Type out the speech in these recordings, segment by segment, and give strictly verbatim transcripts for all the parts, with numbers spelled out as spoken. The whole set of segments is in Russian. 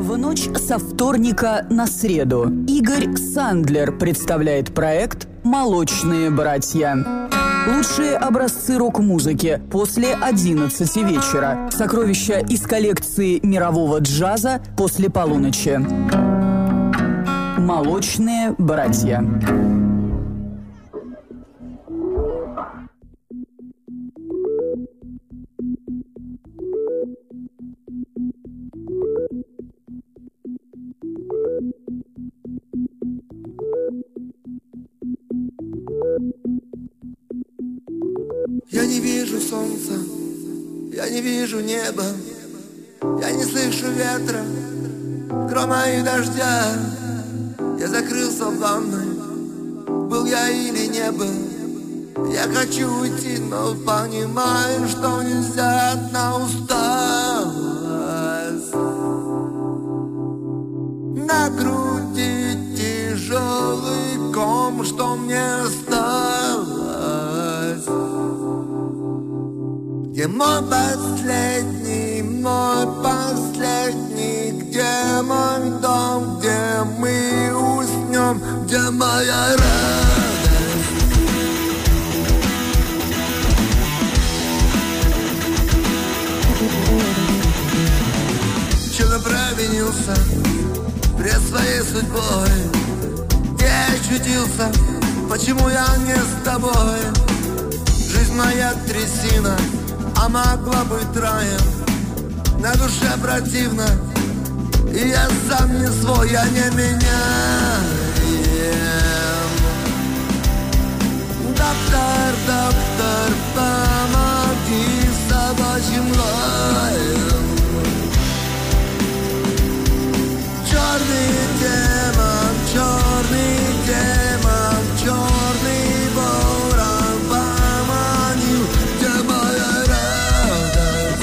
В ночь со вторника на среду Игорь Сандлер представляет проект «Молочные братья». Лучшие образцы рок-музыки после одиннадцати вечера. Сокровища из коллекции мирового джаза после полуночи. «Молочные братья». Я не вижу солнца, я не вижу неба, я не слышу ветра, грома и дождя. Я закрылся в ванной, был я или не был. Я хочу уйти, но понимаю, что нельзя, одна усталость. На груди тяжелый ком, что мне осталось. Где мой последний, мой последний, где мой дом, где мы уснем, где моя радость? Чудо провинился пред своей судьбой. Где я очутился, почему я не с тобой? Жизнь моя трясина, а могла быть раем. На душе противно, и я сам не свой, я не меняем. Доктор, доктор, помоги собачьим лаем. Черный демон, черный демон, черный ворон поманил, где моя радость?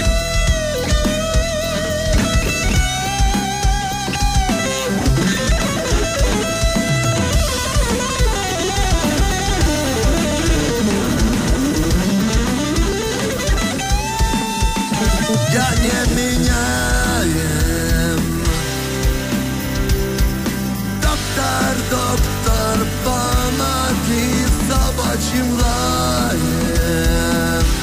Я не меняем. Доктор, доктор, помоги собачьим лаем.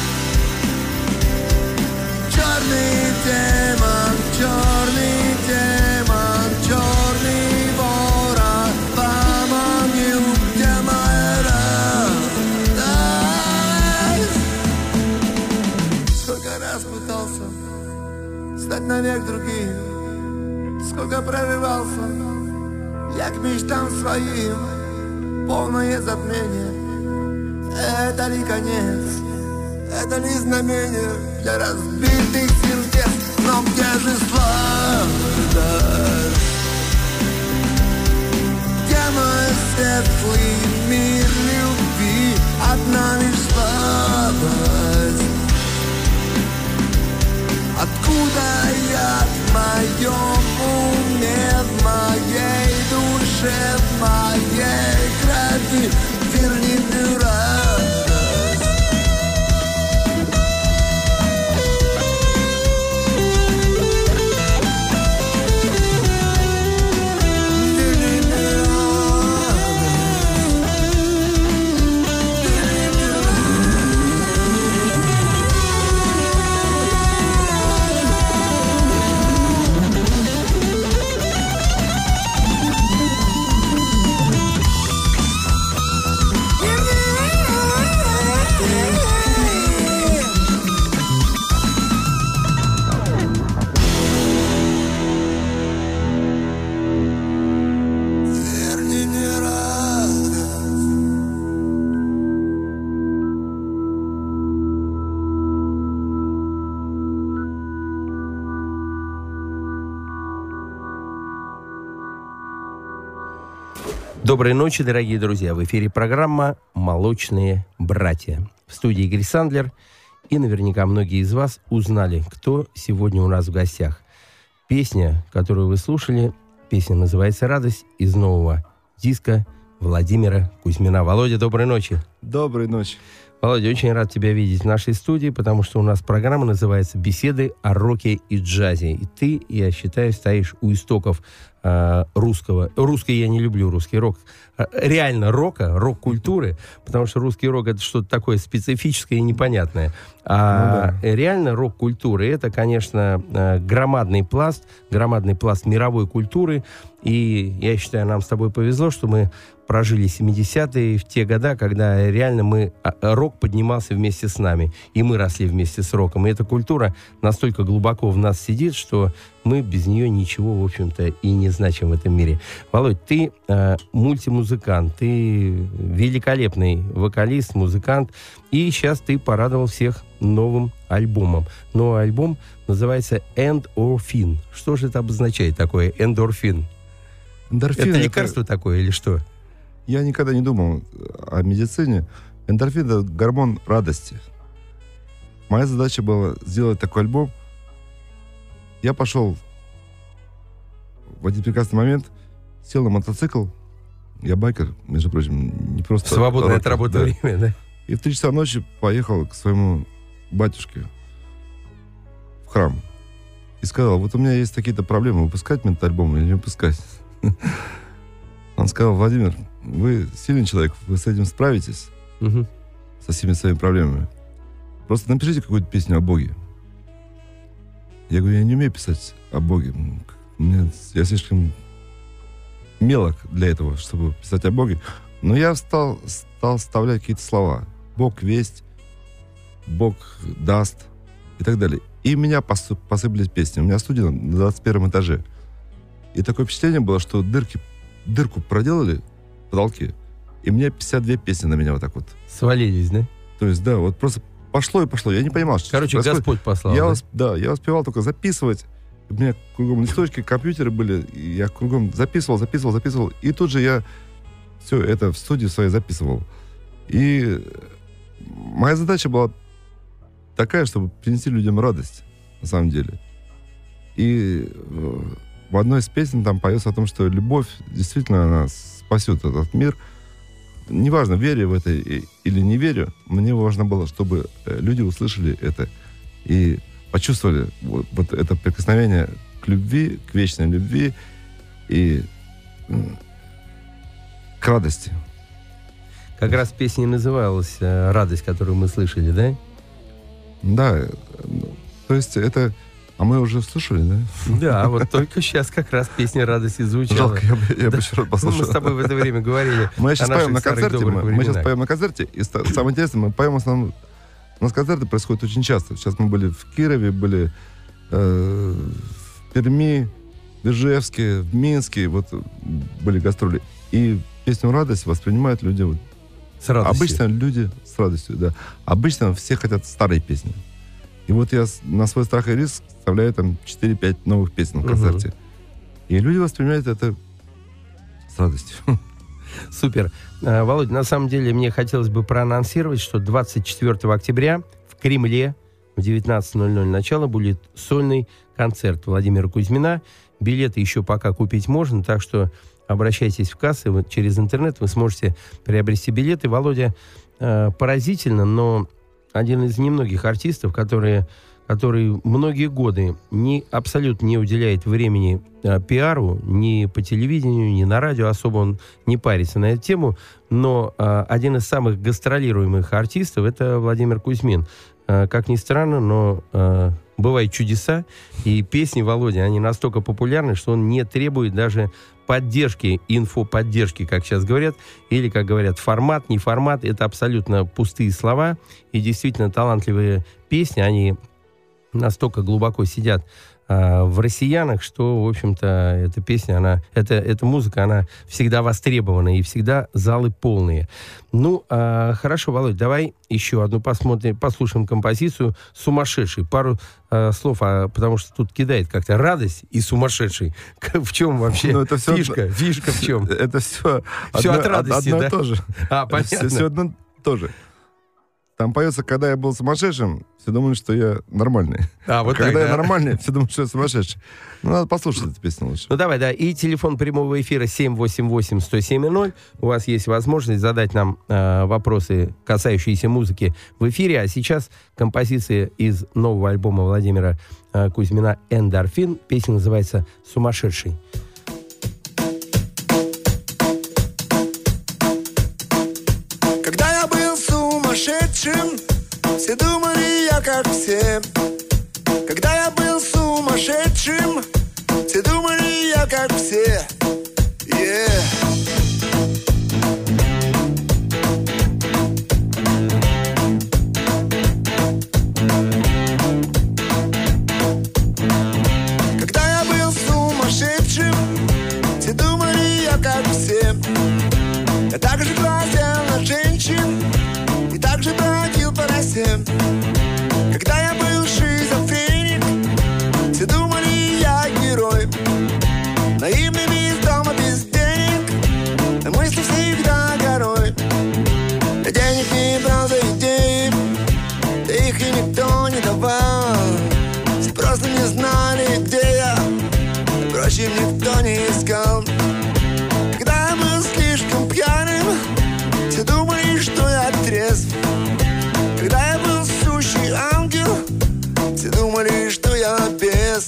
Черный демон, черный демон, черный ворон поманил, где моя радость? Сколько раз пытался стать навек другим, сколько прорывался я к мечтам своим. Полное затмение, это ли конец, это ли знамение для разбитых сердец? Но где же сладость? Где мой светлый мир любви? Одна лишь слабость. Откуда я в моем уме, в моей душе, в моей крови? Верни мне радость. Верни мне радость. Верни мне Доброй ночи, дорогие друзья. В эфире программа «Молочные братья». В студии Игорь Сандлер. И наверняка многие из вас узнали, кто сегодня у нас в гостях. Песня, которую вы слушали, песня называется «Радость» из нового диска Владимира Кузьмина. Володя, доброй ночи. Доброй ночи. Володя, очень рад тебя видеть в нашей студии, потому что у нас программа называется «Беседы о роке и джазе». И ты, я считаю, стоишь у истоков э, русского. Русский я не люблю, русский рок. Реально рока, рок-культуры, потому что русский рок — это что-то такое специфическое и непонятное. А ну, да. реально рок-культуры — это, конечно, громадный пласт, громадный пласт мировой культуры. И я считаю, нам с тобой повезло, что мы прожили семидесятые, в те года, когда реально мы, рок поднимался вместе с нами, и мы росли вместе с роком. И эта культура настолько глубоко в нас сидит, что мы без нее ничего, в общем-то, и не значим в этом мире. Володь, ты э, мультимузыкант, ты великолепный вокалист, музыкант, и сейчас ты порадовал всех новым альбомом. Новый альбом называется «Эндорфин». Что же это обозначает такое «Эндорфин»? Эндорфин это лекарство это... такое или что? Я никогда не думал о медицине. Эндорфин — это гормон радости. Моя задача была сделать такой альбом. Я пошел в один прекрасный момент, сел на мотоцикл. Я байкер, между прочим, не просто... Свободное от работы да. время, да? И в три часа ночи поехал к своему батюшке в храм. И сказал, вот у меня есть такие-то проблемы, выпускать мне этот альбом или не выпускать? Он сказал, Владимир, вы сильный человек, вы с этим справитесь, угу. со всеми своими проблемами. Просто напишите какую-то песню о Боге. Я говорю, я не умею писать о Боге. Мне, я слишком мелок для этого, чтобы писать о Боге. Но я стал, стал вставлять какие-то слова. Бог весть, Бог даст и так далее. И у меня посыпались песни. У меня студия на двадцать первом этаже. И такое впечатление было, что дырки, дырку проделали в потолке, и мне пятьдесят две песни на меня вот так вот. Свалились, да? То есть, да, вот просто пошло и пошло. Я не понимал, что Короче, происходит. Господь послал, я да? Усп... Да, я успевал только записывать. У меня кругом листочки, компьютеры были. И я кругом записывал, записывал, записывал. И тут же я все это в студии своей записывал. И моя задача была такая, чтобы принести людям радость, на самом деле. И в одной из песен там поется о том, что любовь действительно она спасет этот мир. Неважно, верю в это или не верю, мне важно было, чтобы люди услышали это и почувствовали вот, вот это прикосновение к любви, к вечной любви и к радости. Как раз песня называлась «Радость», которую мы слышали, да? Да. То есть это... А мы уже слышали, да? Да, вот только сейчас как раз песня «Радости» звучала. Жалко, я бы, я да. бы еще раз послушал. Мы с тобой в это время говорили. Мы сейчас поем на концерте. Мы, мы сейчас поем на концерте. И самое интересное, мы поем в основном... У нас концерты происходят очень часто. Сейчас мы были в Кирове, были э, в Перми, в Ижевске, в Минске. Вот были гастроли. И песню «Радость» воспринимают люди... Вот, с радостью. Обычно люди с радостью, да. Обычно все хотят старые песни. И вот я на свой страх и риск вставляю там четыре-пять новых песен в концерте. Uh-huh. И люди воспринимают это с радостью. Супер. Володя, на самом деле мне хотелось бы проанонсировать, что двадцать четвёртого октября в Кремле в девятнадцать ноль ноль начало будет сольный концерт Владимира Кузьмина. Билеты еще пока купить можно, так что обращайтесь в кассы, вы, через интернет вы сможете приобрести билеты. Володя, э, поразительно, но один из немногих артистов, которые, который многие годы не, абсолютно не уделяет времени э, пиару, ни по телевидению, ни на радио, особо он не парится на эту тему, но э, один из самых гастролируемых артистов — это Владимир Кузьмин. Э, как ни странно, но э, бывают чудеса, и песни Володи, они настолько популярны, что он не требует даже поддержки, инфоподдержки, как сейчас говорят, или, как говорят, формат, не формат, это абсолютно пустые слова, и действительно талантливые песни, они настолько глубоко сидят э, в россиянах, что, в общем-то, эта песня, она, эта, эта музыка, она всегда востребована, и всегда залы полные. Ну, э, хорошо, Володь, давай еще одну посмотрим, послушаем композицию «Сумасшедший». Пару э, слов, а, потому что тут кидает как-то радость и сумасшедший. В чем вообще ну, это все фишка? Одно... Фишка в чем? Это все, все одно, от радости, одно да? и то же. А, понятно. Все, все одно и то же. Там поется, когда я был сумасшедшим, все думали, что я нормальный. А, вот когда так, я да? нормальный, все думают, что я сумасшедший. Ну, надо послушать эту песню лучше. Ну, давай, да. И телефон прямого эфира семь восемь восемь сто семь ноль. У вас есть возможность задать нам э, вопросы, касающиеся музыки в эфире. А сейчас композиция из нового альбома Владимира э, Кузьмина «Эндорфин». Песня называется «Сумасшедший». Когда я был сумасшедшим, все думали я как все. Когда я был сумасшедшим, все думали я как все. Yeah. Когда я был сумасшедшим, все думали я как все. Я также глазел на женщин и также бродил по росе. Когда я был шизофреник, все думали я герой. Наивный без дома, без денег, а мысли всегда горой. Я денег не брал за идеи, да их и никто не давал. Все просто не знали, где я, впрочем, никто не искал. Когда я был слишком пьяным, все думали, что я трезв. Когда я был сущий ангел, все думали, что я бес.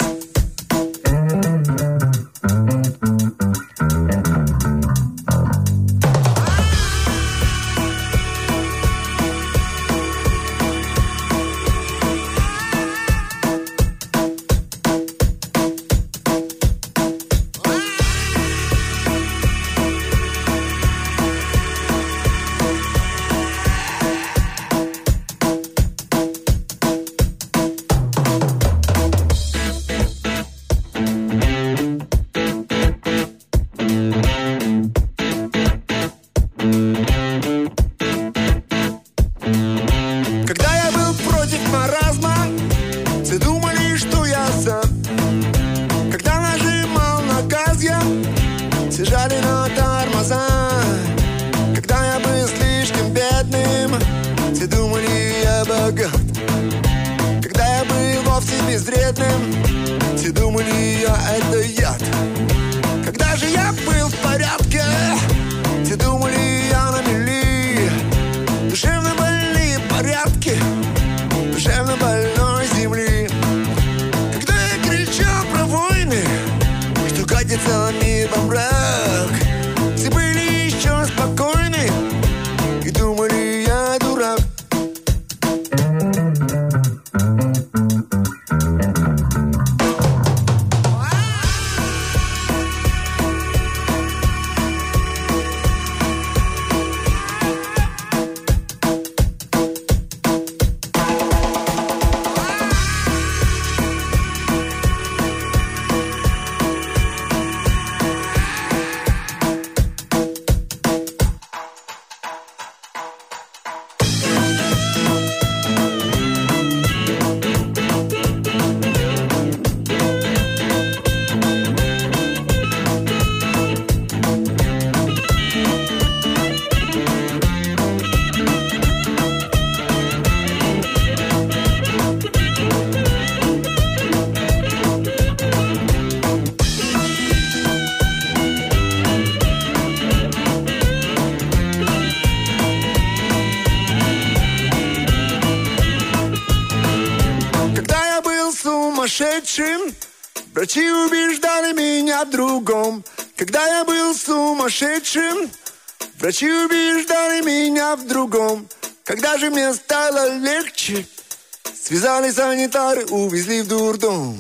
Когда я был против маразма, все думали, что я сам. Когда нажимал на газ я, все жали на тормоза. Когда я был слишком бедным, все думали, я богат. Когда я был вовсе безвредным, все думали, я это яд. Когда же я был в порядке, все думали, я на мели. Душевно больные порядки душевно больной земли. Когда я кричал про войны, что катится мир во мрак, все были еще спокойны и думали, я дурак. Сумасшедшим, врачи убеждали меня в другом. Когда я был сумасшедшим, врачи убеждали меня в другом. Когда же мне стало легче, связали санитары, увезли в дурдом.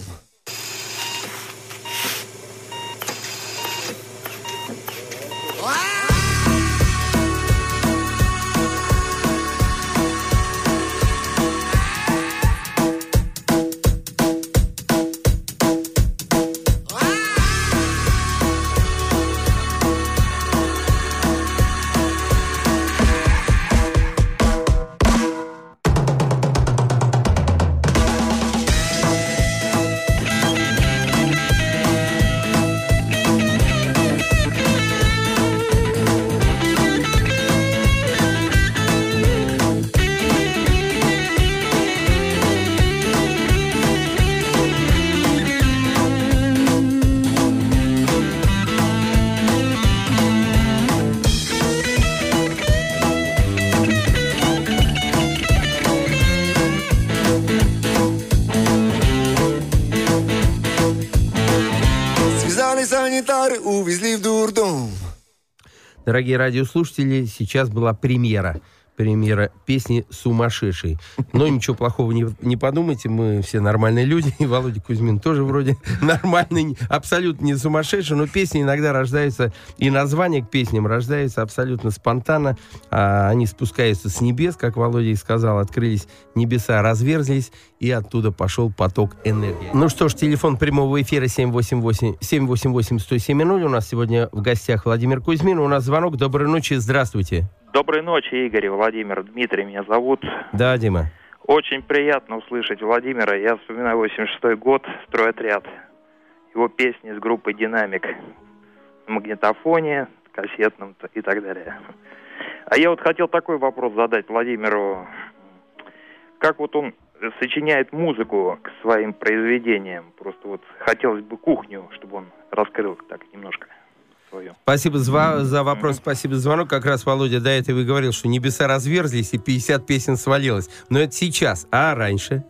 Связали санитары, увезли в дурдом. Дорогие радиослушатели, сейчас была премьера. Премьера песни «Сумасшедший». Но ничего плохого не, не подумайте, мы все нормальные люди, и Володя Кузьмин тоже вроде нормальный, абсолютно не сумасшедший, но песни иногда рождаются, и названия к песням рождаются абсолютно спонтанно, а они спускаются с небес, как Володя и сказал, открылись небеса, разверзлись, и оттуда пошел поток энергии. Ну что ж, телефон прямого эфира семь восемь восемь сто семь ноль. У нас сегодня в гостях Владимир Кузьмин. У нас звонок. Доброй ночи, здравствуйте. Доброй ночи, Игорь, Владимир, Дмитрий меня зовут. Да, Дима. Очень приятно услышать Владимира. Я вспоминаю восемьдесят шестой год, «Стройотряд». Его песни с группой «Динамик». На магнитофоне, кассетном и так далее. А я вот хотел такой вопрос задать Владимиру. Как вот он сочиняет музыку к своим произведениям? Просто вот хотелось бы кухню, чтобы он раскрыл так немножко. Свою. Спасибо за, за вопрос, спасибо за звонок. Как раз Володя до этого и говорил, что небеса разверзлись и пятьдесят песен свалилось. Но это сейчас, а раньше?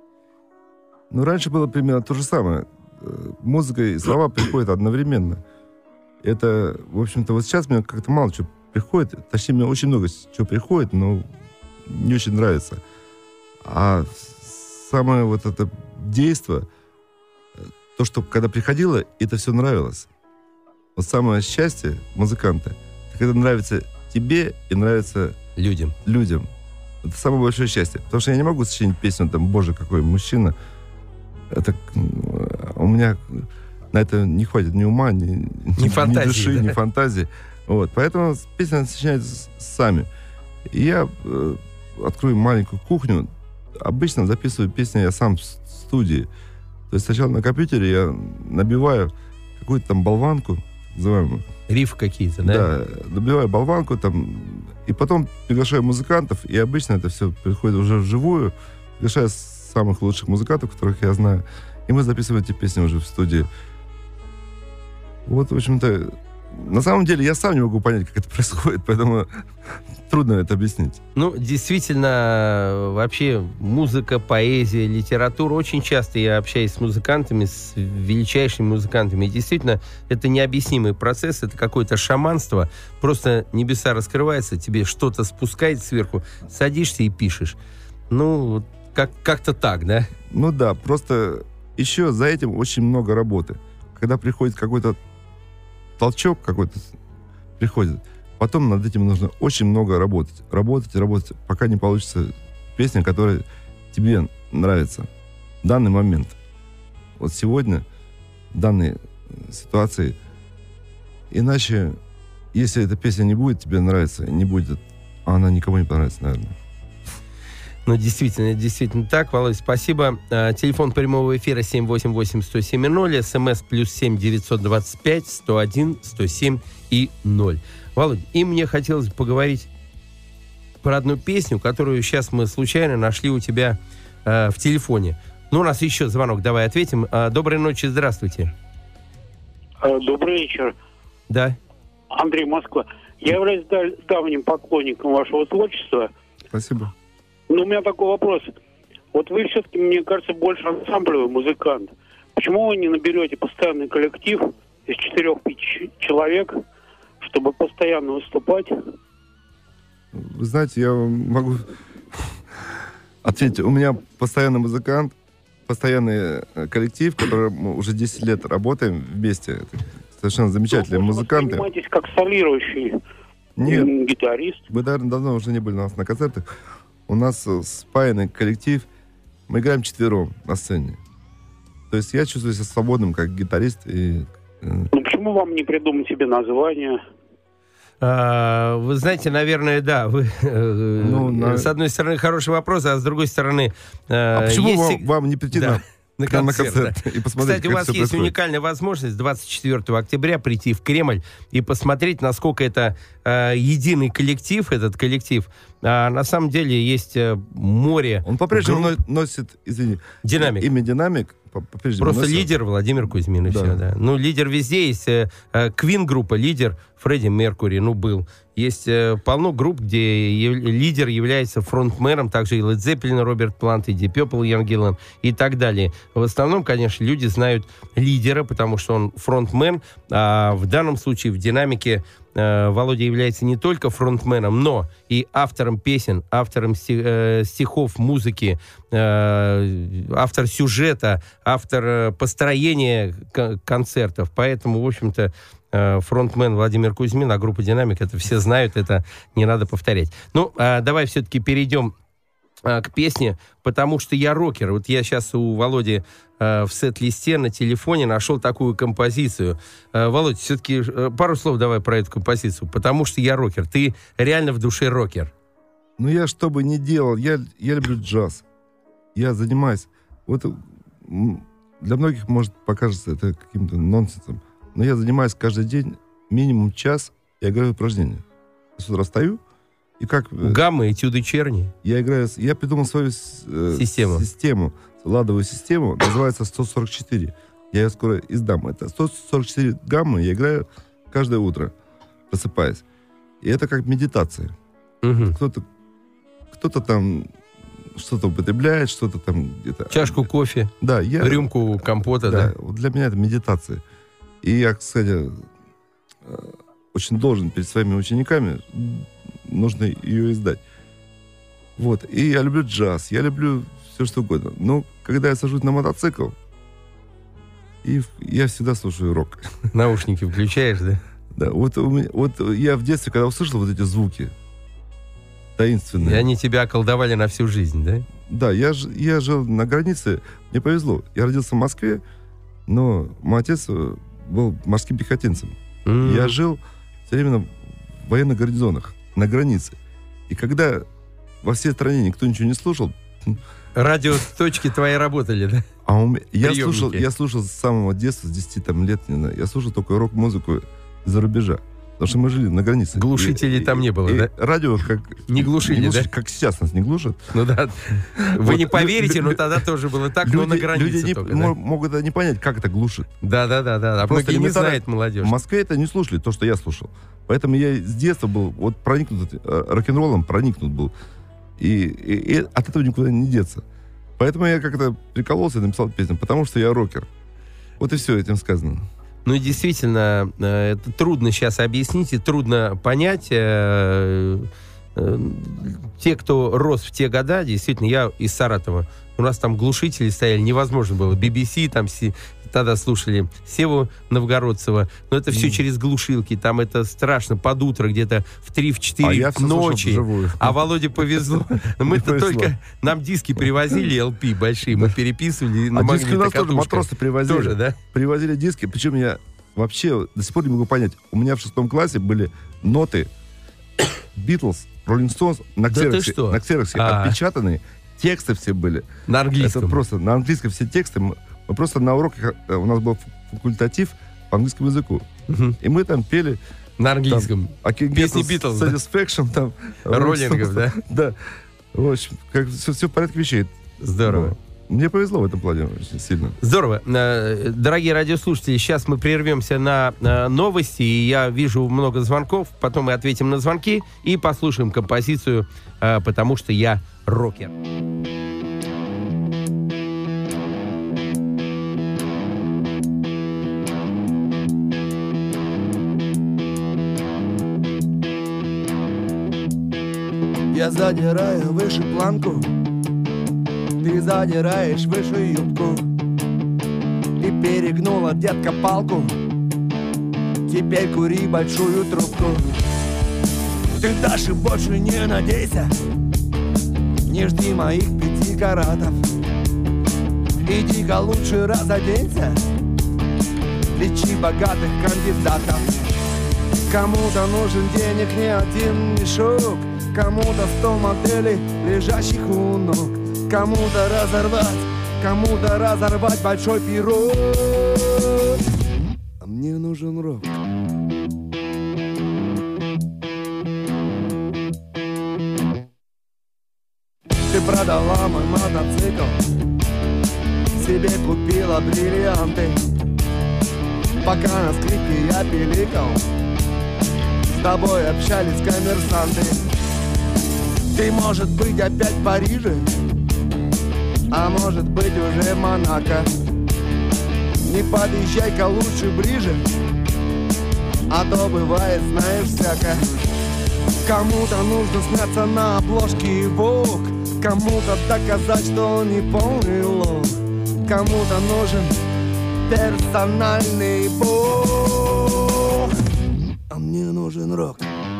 Ну, раньше было примерно то же самое. Музыка и слова приходят одновременно. Это, в общем-то, вот сейчас мне как-то мало чего приходит. Точнее, мне очень много чего приходит, но не очень нравится. А самое вот это действо, то, что когда приходило, это все нравилось. Вот самое счастье музыканта, это когда нравится тебе и нравится людям. людям. Это самое большое счастье. Потому что я не могу сочинить песню, там, боже, какой мужчина. Это, у меня на это не хватит ни ума, ни, ни, ни, фантазии, ни души, да? ни фантазии. Вот. Поэтому песни сочиняются сами. И я э, открою маленькую кухню. Обычно записываю песни я сам в студии. То есть сначала на компьютере я набиваю какую-то там болванку, называемую. Риф какие-то, да? Да, набиваю болванку там, и потом приглашаю музыкантов, и обычно это все приходит уже вживую. Приглашаю самых лучших музыкантов, которых я знаю, и мы записываем эти песни уже в студии. Вот, в общем-то, на самом деле я сам не могу понять, как это происходит, поэтому трудно это объяснить. Ну, действительно, вообще музыка, поэзия, литература. Очень часто я общаюсь с музыкантами, с величайшими музыкантами. И действительно, это необъяснимый процесс, это какое-то шаманство. Просто небеса раскрываются, тебе что-то спускает сверху, садишься и пишешь. Ну, как- как-то так, да? Ну да, просто еще за этим очень много работы. Когда приходит какой-то толчок какой-то, приходит, потом над этим нужно очень много работать. Работать и работать, пока не получится песня, которая тебе нравится в данный момент. Вот сегодня, в данной ситуации. Иначе, если эта песня не будет тебе нравиться, не будет, она никому не понравится, наверное. Ну, действительно, действительно так. Володь, спасибо. А, телефон прямого эфира семь восемь восемь сто семь ноль, смс плюс семь девятьсот двадцать пять сто один сто семь и ноль. Володь, и мне хотелось бы поговорить про одну песню, которую сейчас мы случайно нашли у тебя э, в телефоне. Ну, у нас еще звонок, давай ответим. А, доброй ночи, здравствуйте. Добрый вечер. Да. Андрей, Москва. Я являюсь давним поклонником вашего творчества. Спасибо. Но у меня такой вопрос. Вот вы все-таки, мне кажется, больше ансамблевый музыкант. Почему вы не наберете постоянный коллектив из четырех-пяти человек, чтобы постоянно выступать? Вы знаете, я могу ответить. У меня постоянный музыкант, постоянный коллектив, который мы уже десять лет работаем вместе. Это совершенно замечательные вы музыканты. Вы занимаетесь как солирующий Нет. гитарист? Вы, наверное, давно уже не были у нас на концертах. У нас спаянный коллектив. Мы играем четвером на сцене. То есть я чувствую себя свободным как гитарист. И... Ну почему вам не придумать себе название? А, вы знаете, наверное, да. Вы, ну, на... С одной стороны, хороший вопрос, а с другой стороны... А почему есть... вам, вам не прийти да. на... На концерт, на концерт, да. И посмотреть, кстати, у вас есть происходит. Уникальная возможность двадцать четвёртого октября прийти в Кремль и посмотреть, насколько это э, единый коллектив, этот коллектив, а на самом деле есть море... Он по-прежнему групп. носит, извини, Динамик. имя Динамик. По-прежнему Просто носит. лидер Владимир Кузьмин, и Да. все, да. Ну, лидер везде есть. Квин-группа, лидер Фредди Меркури, ну, был. Есть э, полно групп, где яв- лидер является фронтменом, также и Led Zeppelin, Роберт Плант, и Deep Purple, Ян Гиллан и так далее. В основном, конечно, люди знают лидера, потому что он фронтмен, а в данном случае в динамике э, Володя является не только фронтменом, но и автором песен, автором сти- э, стихов, музыки, э, автор сюжета, автор э, построения к- концертов. Поэтому, в общем-то, фронтмен Владимир Кузьмин, а группа «Динамик», это все знают, это не надо повторять. Ну, а давай все-таки перейдем а, к песне, потому что я рокер. Вот я сейчас у Володи а, в сет-листе на телефоне нашел такую композицию. А, Володь, все-таки а, пару слов давай про эту композицию. «Потому что я рокер». Ты реально в душе рокер. Ну, я что бы ни делал, я, я люблю джаз. Я занимаюсь... Вот м, для многих, может, покажется это каким-то нонсенсом, но я занимаюсь каждый день минимум час, я играю упражнения. Я с утра встаю, и как... Гамма, этюды черни. Я играю... Я придумал свою э, Систему. систему, ладовую систему, называется сто сорок четыре. Я ее скоро издам. Это сто сорок четыре гаммы я играю каждое утро, просыпаясь. И это как медитация. Угу. Кто-то, кто-то там что-то употребляет, что-то там где-то... Чашку кофе, Да, я... рюмку компота, Да, да? вот для меня это медитация. И я, кстати, очень должен перед своими учениками, нужно ее издать. Вот. И я люблю джаз, я люблю все, что угодно. Но когда я сажусь на мотоцикл, и я всегда слушаю рок. Наушники включаешь, да? Да, вот, у меня, вот я в детстве, когда услышал вот эти звуки, таинственные. И они тебя околдовали на всю жизнь, да? Да, я, ж- я жил на границе, мне повезло. Я родился в Москве, но мой отец был морским пехотинцем. М. Я жил все время в военных гарнизонах, на границе. И когда во всей стране никто ничего не слушал, Радиоточки твои работали, да? а у меня, я, Приемники. слушал, я слушал с самого детства, с десяти там, лет, не знаю, я слушал только рок-музыку из-за рубежа. Потому что мы жили на границе. Глушителей И- там и- не было, и да? Радио как... Не глушили, глушат, да? Как сейчас нас не глушат. Ну да. Вы Вот не лю- поверите, лю- но лю- тогда тоже было так, но на Люди, границе люди не- только, мо- да? могут не понять, как это глушит. Да, да, да, да. А Просто многие не элементарно- знают молодежь. В Москве это не слушали, то, что я слушал. Поэтому я с детства был вот проникнут э, рок-н-роллом, проникнут был. И, и- и от этого никуда не деться. Поэтому я как-то прикололся и написал песню, потому что я рокер. Вот и все этим сказано. Ну, действительно, э, это трудно сейчас объяснить и трудно понять. Э, э, Те, кто рос в те года, действительно, я из Саратова, у нас там глушители стояли, невозможно было. би би си, там си- тогда слушали Севу Новгородцева, но это все Mm. через глушилки, там это страшно, под утро где-то в три-четыре А я все слушал ночи. вживую. А Володе повезло. Мы-то повезло. только... Нам диски привозили, эл пи большие, мы переписывали на А диски у нас тоже магнитокатушках. матросы привозили. Тоже, да? Привозили диски, причем я вообще до сих пор не могу понять. У меня в шестом классе были ноты Битлз, Роллинг Стоунс на Да ты ксероксе, что? на ксероксе А. отпечатанные. Тексты все были. На английском. Это просто на английском все тексты. Мы, мы просто на уроках, э, у нас был факультатив по английскому языку. Мгм. И мы там пели На английском. I can get Песни a Beatles, да? Satisfaction, там. Роллингов, да? Да. В общем, как, все, все в порядке вещей. Здорово. Да. Мне повезло в этом плане очень сильно. Здорово. Э, Дорогие радиослушатели, сейчас мы прервемся на э, новости, и я вижу много звонков, потом мы ответим на звонки и послушаем композицию э, «Потому что я рокер». Я задираю выше планку, ты задираешь выше юбку. Ты перегнула, детка, палку, теперь кури большую трубку. Ты даже больше не надейся, не жди моих пяти каратов. Иди-ка лучше разоденься, лечи богатых кандидатов. Кому-то нужен денег не один мешок, кому-то сто моделей, лежащих у ног, кому-то разорвать, кому-то разорвать большой пирог. А мне нужен рок. Ты продала мой мотоцикл, себе купила бриллианты. Пока на скрипке я пиликал, с тобой общались коммерсанты. Ты, может быть, опять в Париже, а может быть, уже в Монако. Не подъезжай-ка лучше ближе, а то бывает, знаешь, всяко. Кому-то нужно сняться на обложке Vogue, кому-то доказать, что он не полный лох, кому-то нужен персональный бог, а мне нужен рок.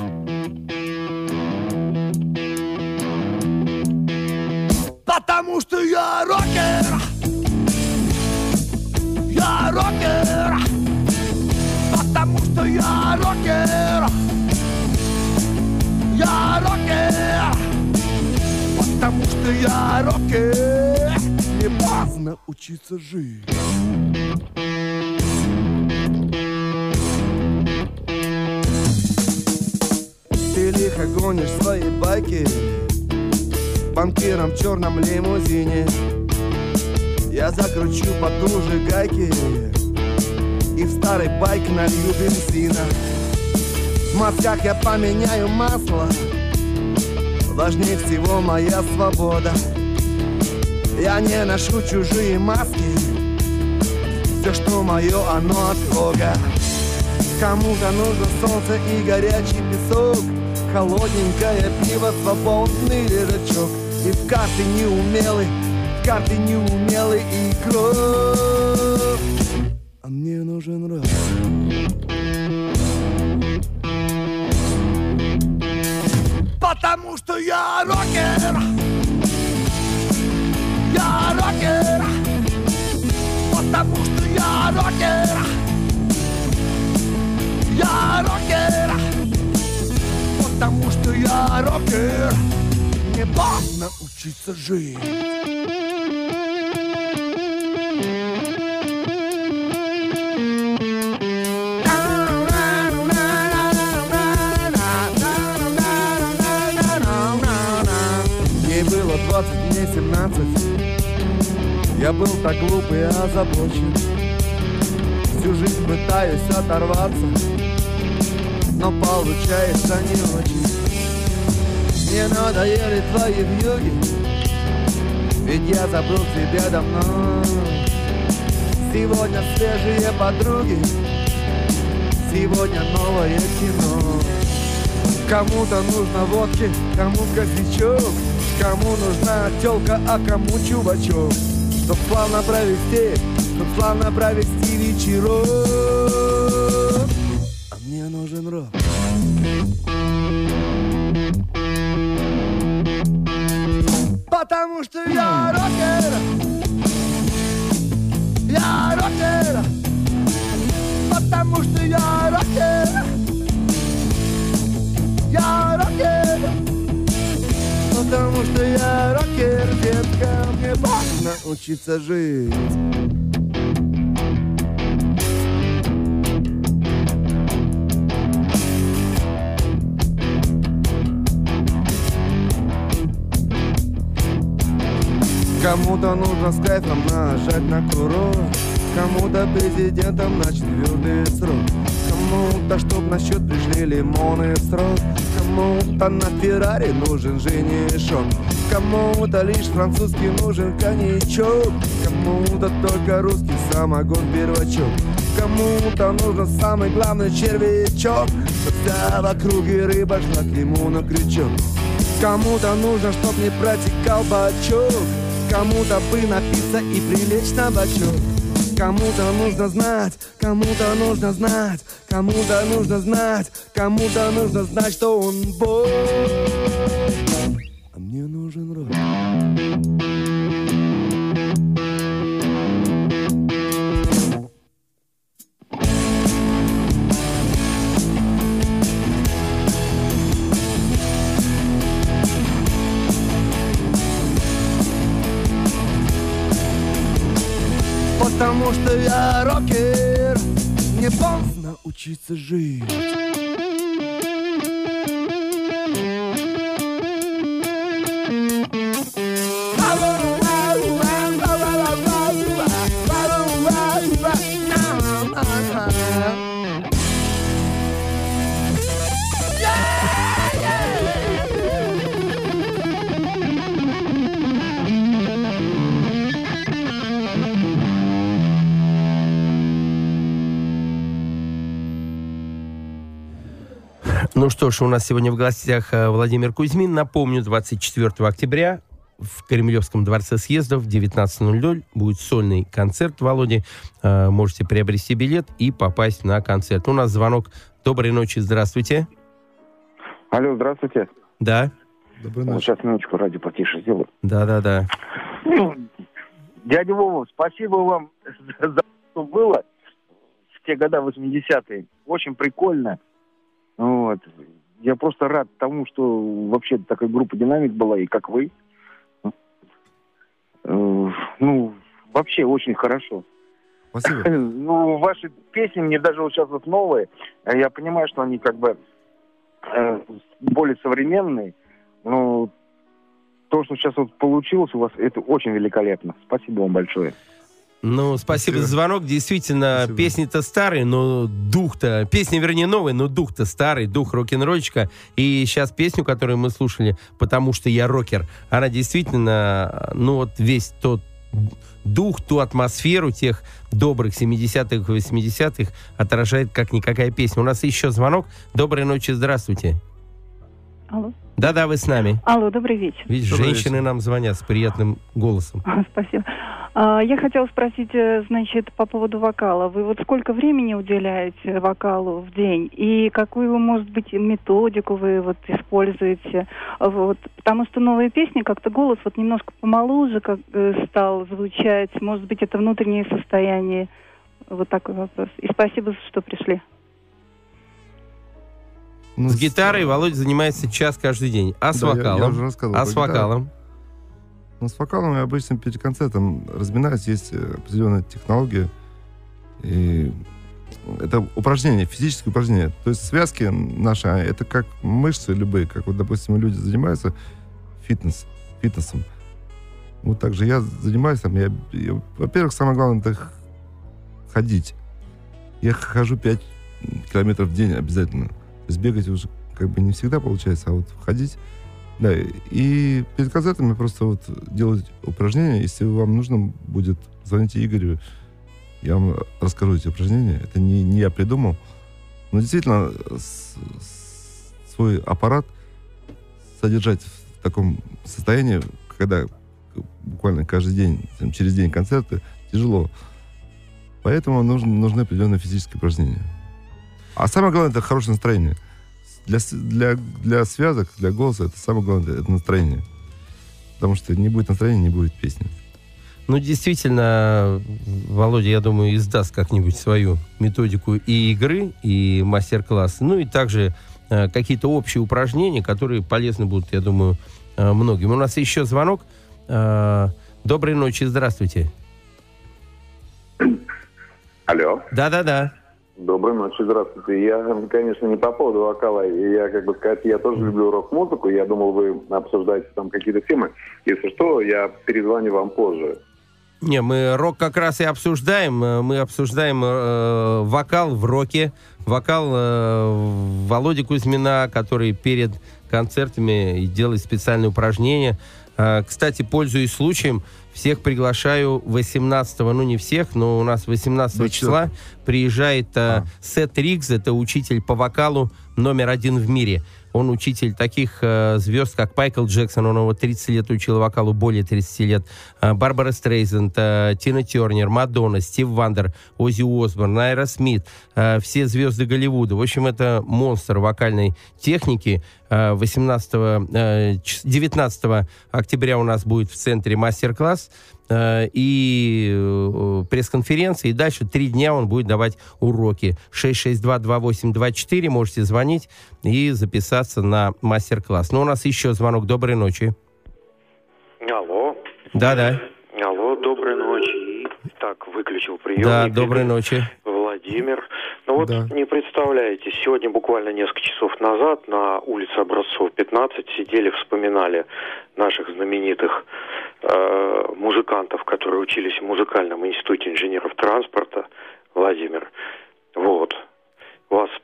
Потому что я рокер, я рокер, потому что я рокер, я рокер, потому что я рокер. Не поздно учиться жить. Ты лихо гонишь свои байки банкиром в черном лимузине. Я закручу потуже гайки и в старый байк налью бензина. В мозгах я поменяю масло, важнее всего моя свобода. Я не ношу чужие маски, все, что мое, оно от Бога. Кому-то нужно солнце и горячий песок, холодненькое пиво, свободный лежачок. И в карты неумелый, в карты неумелый игрок. А мне нужен рок. Потому что я рокер, я рокер, потому что я рокер, я рокер, потому что я рокер. Не поздно учиться жить. Ей было двадцать, мне семнадцать. Я был так глуп и озабочен. Всю жизнь пытаюсь оторваться, но получается не очень. Мне надоели твои вьюги, ведь я забыл тебя давно. Сегодня свежие подруги, сегодня новое кино. Кому-то нужно водки, кому косячок, кому нужна тёлка, а кому чувачок. Чтоб славно провести, чтоб славно провести вечерок. А мне нужен рок. Потому что я рокер, я рокер, потому что я рокер, я рокер, потому что я рокер, детка, мне важно учиться жить. Кому-то нужно с кайфом нажать на курок, кому-то президентом на четвертый срок, кому-то чтоб на счет пришли лимоны в срок, кому-то на Феррари нужен женишок, кому-то лишь французский нужен коньячок, кому-то только русский самогон первачок, кому-то нужен самый главный червячок, чтоб вся в округе рыба шла к нему на крючок, кому-то нужно, чтоб не протекал бачок, кому-то бы напиться и прилечь на бочок. Кому-то нужно знать, кому-то нужно знать, кому-то нужно знать, кому-то нужно знать, что он бог. А мне нужен рок. Потому что я рокер, не поздно учиться жить. Ну что ж, у нас сегодня в гостях Владимир Кузьмин. Напомню, двадцать четвёртого октября в Кремлевском дворце съездов в девятнадцать ноль ноль будет сольный концерт Володи. Можете приобрести билет и попасть на концерт. У нас звонок. Доброй ночи, здравствуйте. Алло, здравствуйте. Да. Доброй ночи. Сейчас минуточку, радио потише сделаю. Да-да-да. Ну, дядя Вова, спасибо вам за то, что было в те года восьмидесятые. Очень прикольно. Вот. Я просто рад тому, что вообще такая группа «Динамик» была, и как вы. Ну, вообще очень хорошо. Спасибо. Ну, ваши песни мне даже вот сейчас вот новые, я понимаю, что они как бы э, более современные, но то, что сейчас вот получилось у вас, это очень великолепно. Спасибо вам большое. Ну, спасибо, спасибо за звонок. Действительно, спасибо. Песни-то старые, но дух-то... Песни, вернее, новые, но дух-то старый, дух рок-н-ролльчика. И сейчас песню, которую мы слушали, «Потому что я рокер», она действительно, ну вот весь тот дух, ту атмосферу тех добрых семидесятых и восьмидесятых отражает как никакая песня. У нас еще звонок. Доброй ночи, здравствуйте. Алло. Да-да, вы с нами. Алло, добрый вечер. Видишь, добрый женщины вечер. нам звонят с приятным голосом. Спасибо. Я хотела спросить, значит, по поводу вокала. Вы вот сколько времени уделяете вокалу в день? И какую, может быть, методику вы вот используете? Вот, потому что новые песни, как-то голос вот немножко помоложе как, стал звучать. Может быть, это внутреннее состояние. Вот такой вопрос. И спасибо, что пришли. Ну, с гитарой Володя занимается час каждый день. А с да, вокалом? Я, я уже рассказывал а с вокалом? Ну, с вокалом я обычно перед концертом разминаюсь, есть определенная технология. И это упражнение, физическое упражнение. То есть связки наши, это как мышцы любые, как вот, допустим, люди занимаются фитнес, фитнесом. Вот так же я занимаюсь там. Я, я, во-первых, самое главное, это ходить. Я хожу пять километров в день обязательно. То есть бегать уже как бы не всегда получается, а вот ходить. Да, и перед концертами просто вот делать упражнения. Если вам нужно будет, звоните Игорю, я вам расскажу эти упражнения. Это не, не я придумал. Но действительно, с, с, свой аппарат содержать в таком состоянии, когда буквально каждый день, там, через день концерты, тяжело. Поэтому нужны, нужны определенные физические упражнения. А самое главное, это хорошее настроение. Для, для, для связок, для голоса, это самое главное, это настроение. Потому что не будет настроения, не будет песни. Ну, действительно, Володя, я думаю, издаст как-нибудь свою методику и игры, и мастер-классы. Ну, и также э, какие-то общие упражнения, которые полезны будут, я думаю, э, многим. У нас еще звонок. Э, доброй ночи, здравствуйте. Алло. Да-да-да. Доброй ночи, здравствуйте. Я, конечно, не по поводу вокала. Я, как бы сказать, я тоже люблю рок-музыку. Я думал, вы обсуждаете там какие-то темы. Если что, я перезвоню вам позже. Не, мы рок как раз и обсуждаем. Мы обсуждаем э, вокал в роке. Вокал э, Володи Кузьмина, который перед концертами делает специальные упражнения. Э, кстати, пользуясь случаем, всех приглашаю восемнадцатого, ну не всех, но у нас восемнадцатого числа приезжает э, а. Сет Риггс, это учитель по вокалу номер один в мире. Он учитель таких э, звезд, как Майкл Джексон, он его тридцать лет учил вокалу, более тридцати лет. Э, Барбара Стрейзенд, э, Тина Тернер, Мадонна, Стив Вандер, Оззи Осборн, Айра Смит, э, все звезды Голливуда. В общем, это монстр вокальной техники. Э, восемнадцатого, э, девятнадцатого октября у нас будет в центре мастер-класс э, и э, пресс-конференция. И дальше три дня он будет давать уроки. шесть шесть два два восемь два четыре. Можете звонить и записаться на мастер-класс. Ну, у нас еще звонок. Доброй ночи. Алло. Да-да. Алло, доброй ночи. Так, выключил прием. Да, доброй ночи. Владимир. Ну вот, да. Не представляете, сегодня буквально несколько часов назад на улице Образцов пятнадцать сидели, вспоминали наших знаменитых э, музыкантов, которые учились в музыкальном институте инженеров транспорта. Владимир. Вот.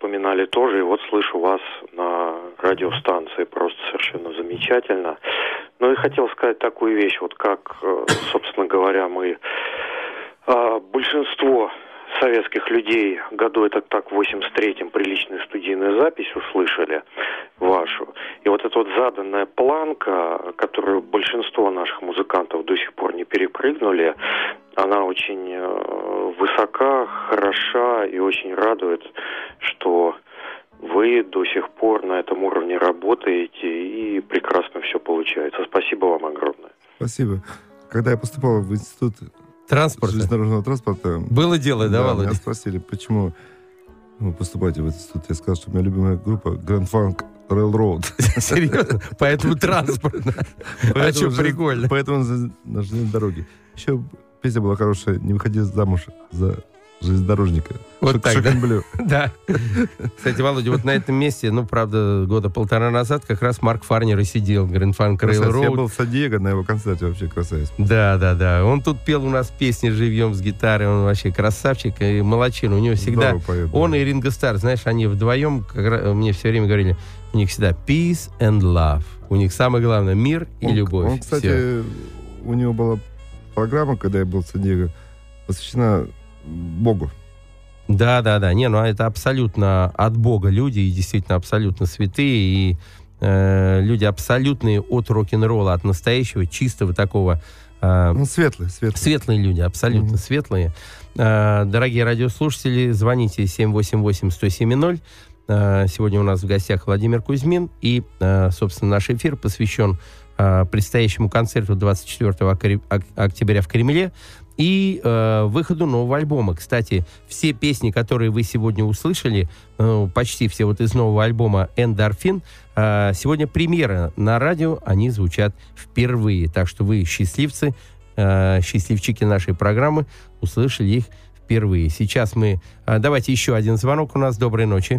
вспоминали тоже, и вот слышу вас на радиостанции, просто совершенно замечательно. Ну и хотел сказать такую вещь, вот как, собственно говоря, мы большинство советских людей году это так в восемьдесят третьем приличную студийную запись услышали вашу. И вот эта вот заданная планка, которую большинство наших музыкантов до сих пор не перепрыгнули, она очень э, высока, хороша и очень радует, что вы до сих пор на этом уровне работаете и прекрасно все получается. Спасибо вам огромное. Спасибо. Когда я поступал в институт Транспорта. железнодорожного транспорта... Было дело, да, да, Володя? Меня спросили, почему вы поступаете в этот институт. Я сказал, что у меня любимая группа Grand Funk Railroad. Серьезно? Поэтому транспорт. А что, прикольно. Поэтому на железной дороге. Еще песня была хорошая «Не выходи замуж за железнодорожника». Вот так, да? Блю. Да. Кстати, Володя, вот на этом месте, ну, правда, года полтора назад как раз Марк Фарнер и сидел, Grand Funk Railroad. Я был в Сан-Диего на его концерте, вообще красавец. Да, да, да. Он тут пел у нас песни живьем с гитарой, он вообще красавчик и молодчина. У него всегда... Поет, он да. и Ринго Старр, знаешь, они вдвоем, как раз, мне все время говорили, у них всегда peace and love. У них самое главное мир и он, любовь. Он, кстати, Все. у него была программа, когда я был в Сан-Диего, посвящена Богу. Да, да, да. Не, ну это абсолютно от Бога люди, и действительно абсолютно святые, и э, люди абсолютные от рок-н-ролла, от настоящего, чистого такого... Э, ну, светлые, светлые. Светлые люди, абсолютно mm-hmm. светлые. Э, дорогие радиослушатели, звоните семь восемь восемь сто семь ноль. Э, сегодня у нас в гостях Владимир Кузьмин, и, э, собственно, наш эфир посвящен э, предстоящему концерту двадцать четвёртого октября в Кремле, и э, выходу нового альбома. Кстати, все песни, которые вы сегодня услышали, э, почти все вот из нового альбома «Эндорфин», э, сегодня премьера на радио, они звучат впервые. Так что вы счастливцы, э, счастливчики нашей программы, услышали их впервые. Сейчас мы... Э, давайте еще один звонок у нас. Доброй ночи.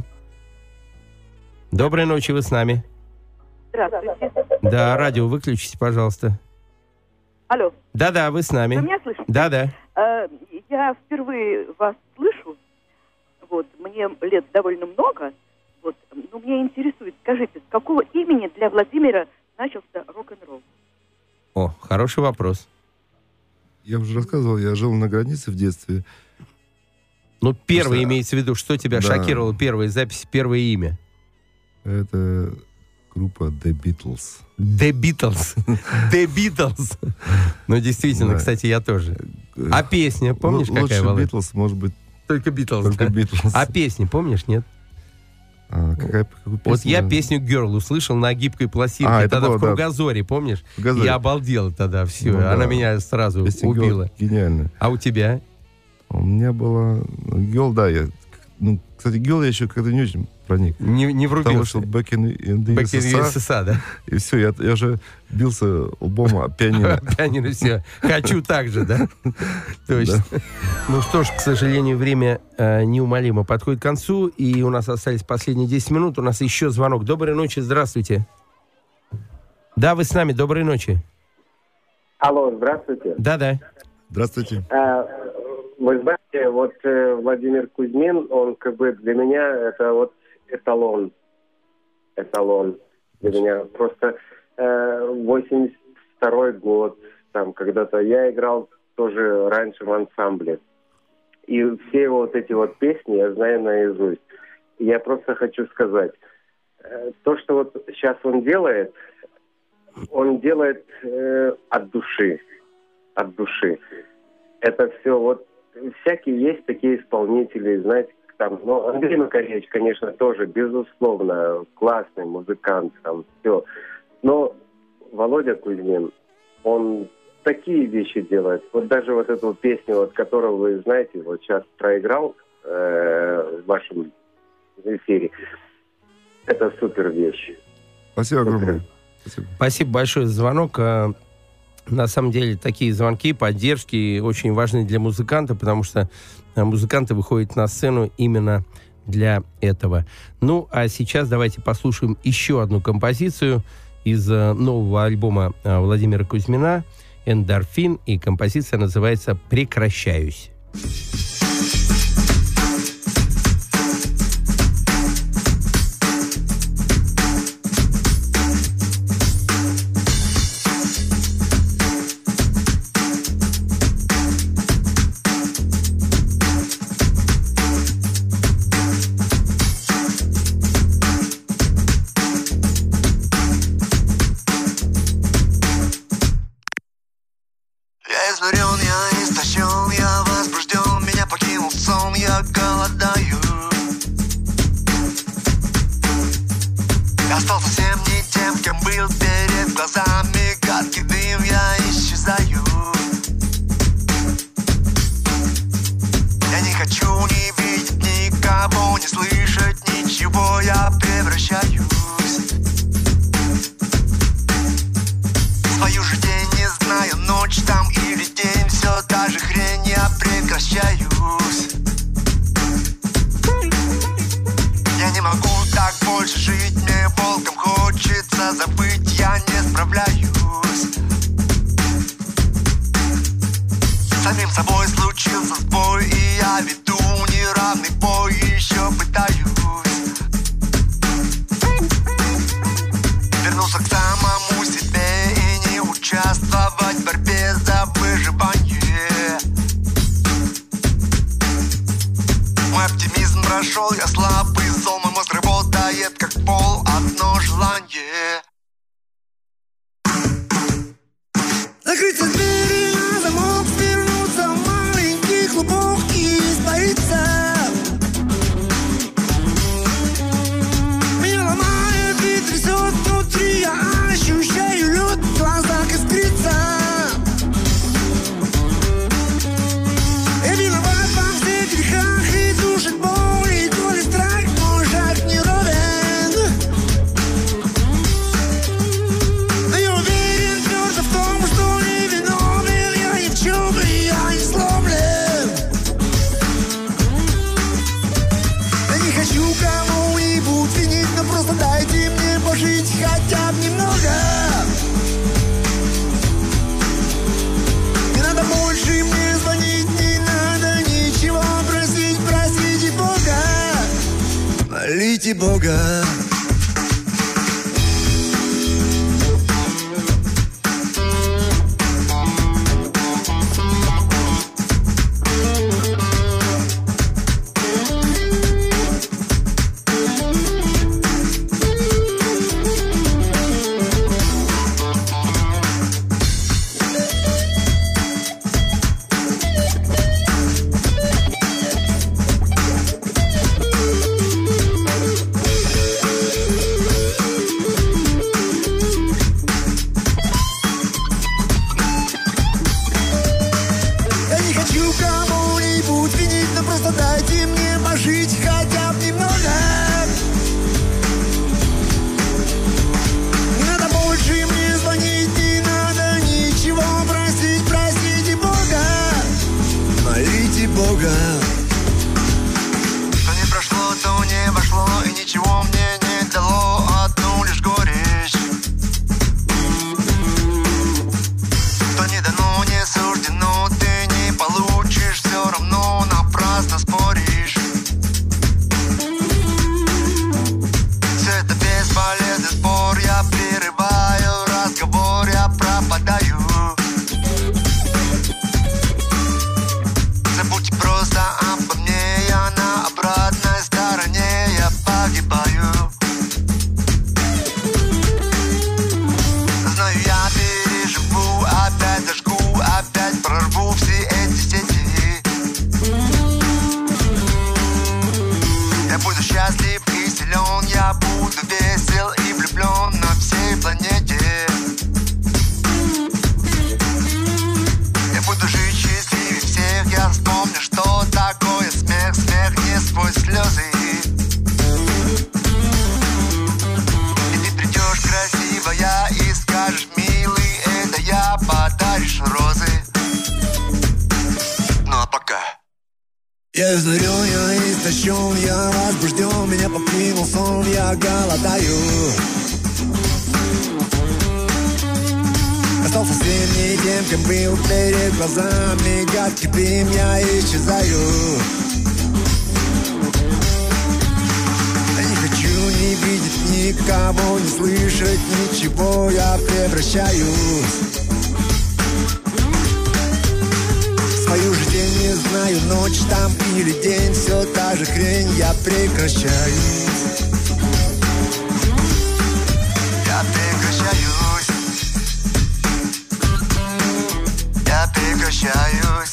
Доброй ночи, вы с нами. Здравствуйте. Да, радио выключите, пожалуйста. Алло. Да-да, вы с нами. Вы меня слышите? Да-да. Э, я впервые вас слышу. Вот, мне лет довольно много. Вот, но меня интересует, скажите, с какого имени для Владимира начался рок-н-ролл? О, хороший вопрос. Я уже рассказывал, я жил на границе в детстве. Ну, первое Просто... имеется в виду, что тебя да. шокировало, первая запись, первое имя? Это... группа The Beatles. The Beatles. The Beatles. Ну, действительно, да. Кстати, я тоже. А песня, помнишь, Л- какая была? Лучше Beatles, может быть. Только Beatles, Только да? Beatles. А песня, помнишь, нет? А, какая, какую Вот песню? я песню «Girl» услышал на гибкой пластинке, а, тогда было, в «Кругозоре», да. Помнишь? «Кругозоре». Я обалдел тогда, все. Ну, Она да. меня сразу Песня убила. Girl гениальная. А у тебя? У меня была... Girl, да, я... Ну, кстати, Girl я еще как-то не очень проник. Не, не врубился. Потому что Back in, in the Back ю эс in эс ар, ю эс эс ар, да? И все, я, я же бился лбом о пианино. Пианино, все. Хочу так же, да? Точно. Ну что ж, к сожалению, время э, неумолимо подходит к концу, и у нас остались последние десять минут. У нас еще звонок. Доброй ночи, здравствуйте. Да, вы с нами, доброй ночи. Алло, здравствуйте. Да-да. Здравствуйте. А, вы знаете, вот э, Владимир Кузьмин, он как бы для меня это вот эталон. Эталон для меня. Просто э, восемьдесят второй год, там когда-то я играл тоже раньше в ансамбле. И все его вот эти вот песни я знаю наизусть. И я просто хочу сказать, э, то, что вот сейчас он делает, он делает э, от души. От души. Это все вот всякие есть такие исполнители, знаете, там, ну, Андрей Макаревич, конечно, тоже, безусловно, классный музыкант, там, все. Но Володя Кузьмин, он такие вещи делает. Вот даже вот эту песню, вот, которую вы знаете, вот сейчас проиграл э, в вашем эфире, это супер вещь. Спасибо огромное. Спасибо. Спасибо большое за звонок. На самом деле, такие звонки, поддержки очень важны для музыканта, потому что музыканты выходят на сцену именно для этого. Ну, а сейчас давайте послушаем еще одну композицию из нового альбома Владимира Кузьмина «Эндорфин», и композиция называется «Прекращаюсь». прошел, я слабый зол, мой мозг работает как пол, одно желание. Закрыться двери на замок, свернуться в маленький клубок и испариться. Меня ломает и трясет внутри, я ощущаю лед, в глазах искрится. Я виноват во всех грехах и душит боль, и коли страх, мой шаг не ровен. Но я уверен твердо в том, что не виновен я ни в чем, и я не сломлен. Я не хочу кому-нибудь винить, но просто дайте мне пожить хотя бы немного. Не надо больше мне звонить, не надо ничего просить, просите Бога, молите Бога. Я не хочу кому-нибудь винить, но просто дайте мне пожить хотя бы немного. Не надо больше мне звонить, не надо ничего просить, просите Бога, молите Бога. Что не прошло, то не вошло, и ничего мне не дало, одну лишь горечь. Что не дано, не суждено, ты не получишь, все равно напрасно споришь. Все это бесполезный спор, я прерываю разговор, я пропадаю. Забудьте просто обо мне, я на обратной стороне, я погибаю. Знаю, я переживу, опять зажгу, опять прорву все эти сети. Я буду счастлив и силен, я буду весел и влюблен на всей планете. Я буду жить счастливее всех, я вспомню, что такое смех, смех не сквозь слезы. И ты придешь красивая и скажешь, милый, это я, подаришь розы. Ну а пока я изнурен, я истощен, я возбужден, меня покинул сон, я голодаю. Остался всем не тем, кем был, перед глазами гадкий дым, я исчезаю. Я не хочу не видеть никого, не слышать ничего, я превращаюсь. Свою же день не знаю, ночь там или день, все та же хрень, я прекращаюсь. Я прекращаюсь. Я прекращаюсь.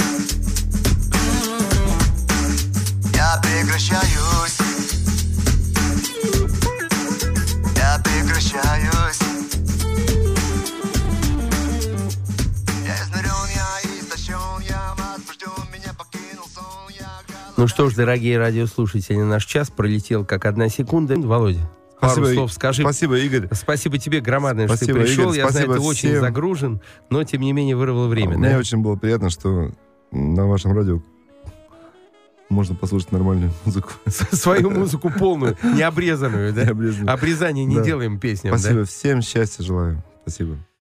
Я прекращаюсь. Я прекращаюсь. Я изнурен, я истощен, я возбужден, меня покинул сон, я голодаю. Ну что ж, дорогие радиослушатели, наш час пролетел как одна секунда. Володя, пару Спасибо, слов скажи. Спасибо, Игорь. Спасибо тебе громадное, Спасибо, что ты пришел. Игорь, Я знаю, ты всем. очень загружен, но тем не менее вырвал время. Мне да? очень было приятно, что на вашем радио можно послушать нормальную музыку. Свою музыку полную, не обрезанную, да? Обрезание не делаем песням, да? Спасибо, всем счастья желаю. Спасибо.